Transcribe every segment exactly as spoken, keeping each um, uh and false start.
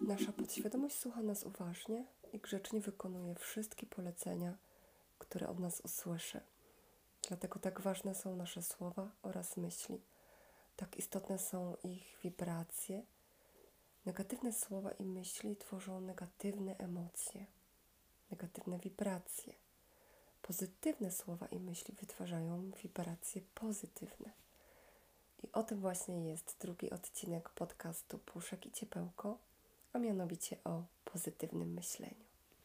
Nasza podświadomość słucha nas uważnie i grzecznie wykonuje wszystkie polecenia, które od nas usłyszy. Dlatego tak ważne są nasze słowa oraz myśli. Tak istotne są ich wibracje. Negatywne słowa i myśli tworzą negatywne emocje, negatywne wibracje. Pozytywne słowa i myśli wytwarzają wibracje pozytywne. I o tym właśnie jest drugi odcinek podcastu Puszek i Ciepełko, a mianowicie o pozytywnym myśleniu.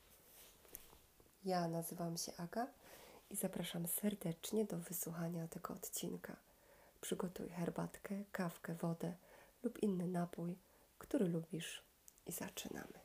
Ja nazywam się Aga i zapraszam serdecznie do wysłuchania tego odcinka. Przygotuj herbatkę, kawkę, wodę lub inny napój, który lubisz, i zaczynamy.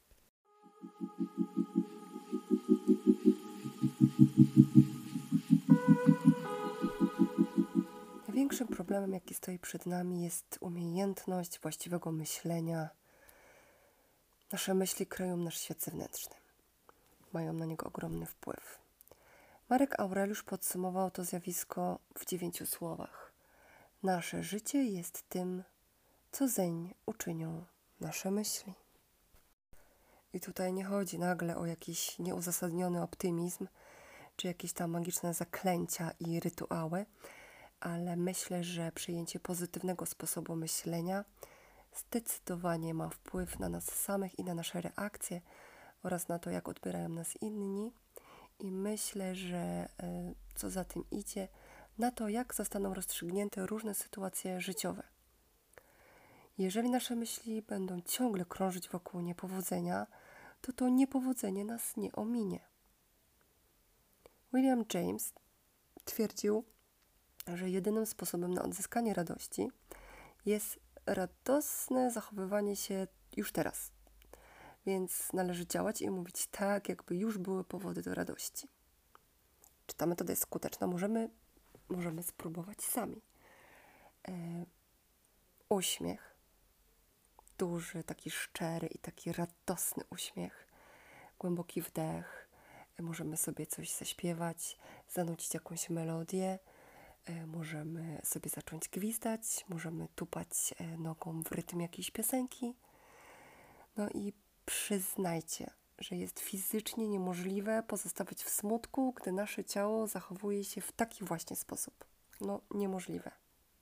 Największym problemem, jaki stoi przed nami, jest umiejętność właściwego myślenia. Nasze myśli kreują nasz świat zewnętrzny. Mają na niego ogromny wpływ. Marek Aureliusz podsumował to zjawisko w dziewięciu słowach. Nasze życie jest tym, co zeń uczynią nasze myśli. I tutaj nie chodzi nagle o jakiś nieuzasadniony optymizm, czy jakieś tam magiczne zaklęcia i rytuały, ale myślę, że przyjęcie pozytywnego sposobu myślenia zdecydowanie ma wpływ na nas samych i na nasze reakcje oraz na to, jak odbierają nas inni. I myślę, że co za tym idzie, na to, jak zostaną rozstrzygnięte różne sytuacje życiowe. Jeżeli nasze myśli będą ciągle krążyć wokół niepowodzenia, to to niepowodzenie nas nie ominie. William James twierdził, że jedynym sposobem na odzyskanie radości jest radosne zachowywanie się już teraz. Więc należy działać i mówić tak, jakby już były powody do radości. Czy ta metoda jest skuteczna? Możemy, możemy spróbować sami. E, uśmiech. Duży, taki szczery i taki radosny uśmiech. Głęboki wdech. E, możemy sobie coś zaśpiewać, zanucić jakąś melodię. E, możemy sobie zacząć gwizdać. Możemy tupać e, nogą w rytm jakiejś piosenki. No i przyznajcie, że jest fizycznie niemożliwe pozostawać w smutku, gdy nasze ciało zachowuje się w taki właśnie sposób. No, niemożliwe.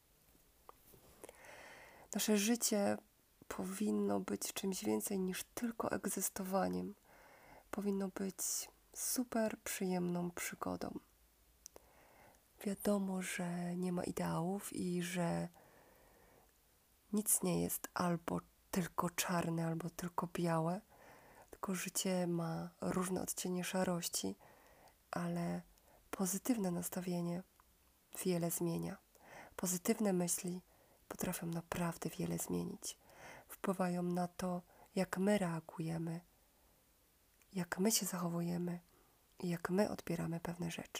Nasze życie powinno być czymś więcej niż tylko egzystowaniem. Powinno być super przyjemną przygodą. Wiadomo, że nie ma ideałów i że nic nie jest albo tylko czarne, albo tylko białe. Tylko życie ma różne odcienie szarości, ale pozytywne nastawienie wiele zmienia. Pozytywne myśli potrafią naprawdę wiele zmienić. Wpływają na to, jak my reagujemy, jak my się zachowujemy i jak my odbieramy pewne rzeczy.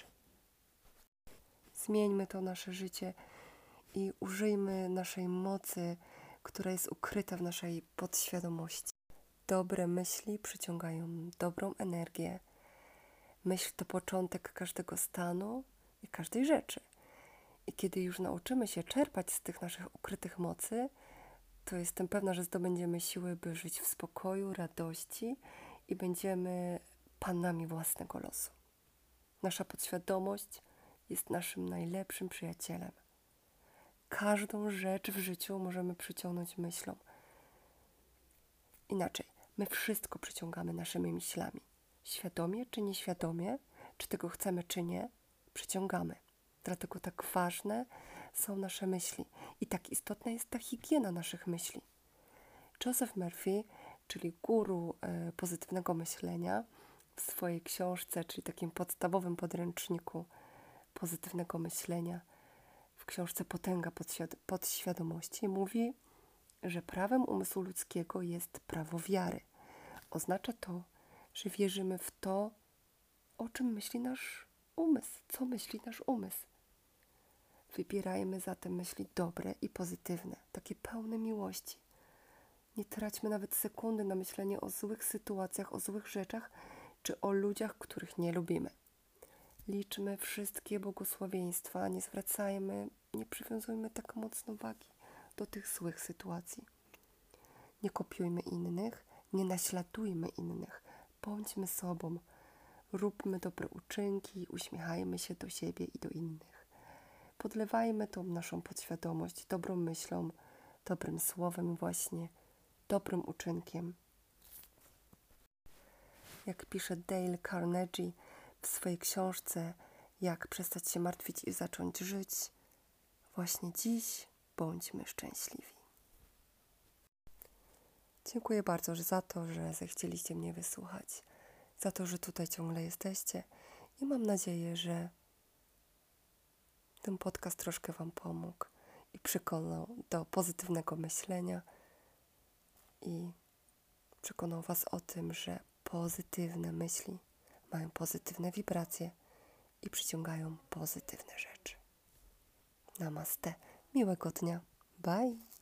Zmieńmy to nasze życie i użyjmy naszej mocy, która jest ukryta w naszej podświadomości. Dobre myśli przyciągają dobrą energię. Myśl to początek każdego stanu i każdej rzeczy. I kiedy już nauczymy się czerpać z tych naszych ukrytych mocy, to jestem pewna, że zdobędziemy siły, by żyć w spokoju, radości i będziemy panami własnego losu. Nasza podświadomość jest naszym najlepszym przyjacielem. Każdą rzecz w życiu możemy przyciągnąć myślą. Inaczej, my wszystko przyciągamy naszymi myślami. Świadomie czy nieświadomie, czy tego chcemy czy nie, przyciągamy. Dlatego tak ważne są nasze myśli i tak istotna jest ta higiena naszych myśli. Joseph Murphy, czyli guru e, pozytywnego myślenia, w swojej książce, czyli takim podstawowym podręczniku pozytywnego myślenia, w książce Potęga podświad- podświadomości, mówi, że prawem umysłu ludzkiego jest prawo wiary. Oznacza to, że wierzymy w to, o czym myśli nasz umysł, co myśli nasz umysł. Wybierajmy zatem myśli dobre i pozytywne, takie pełne miłości. Nie traćmy nawet sekundy na myślenie o złych sytuacjach, o złych rzeczach, czy o ludziach, których nie lubimy. Liczmy wszystkie błogosławieństwa, nie zwracajmy, nie przywiązujmy tak mocno wagi do tych złych sytuacji. Nie kopiujmy innych, Nie naśladujmy innych. Bądźmy sobą. Róbmy dobre uczynki, uśmiechajmy się do siebie i do innych. Podlewajmy tą naszą podświadomość dobrą myślą, dobrym słowem właśnie, dobrym uczynkiem. Jak pisze Dale Carnegie w swojej książce Jak przestać się martwić i zacząć żyć, właśnie dziś bądźmy szczęśliwi. Dziękuję bardzo że za to, że zechcieliście mnie wysłuchać, za to, że tutaj ciągle jesteście i mam nadzieję, że ten podcast troszkę Wam pomógł i przekonał do pozytywnego myślenia i przekonał Was o tym, że pozytywne myśli mają pozytywne wibracje i przyciągają pozytywne rzeczy. Namaste. Miłego dnia. Bye.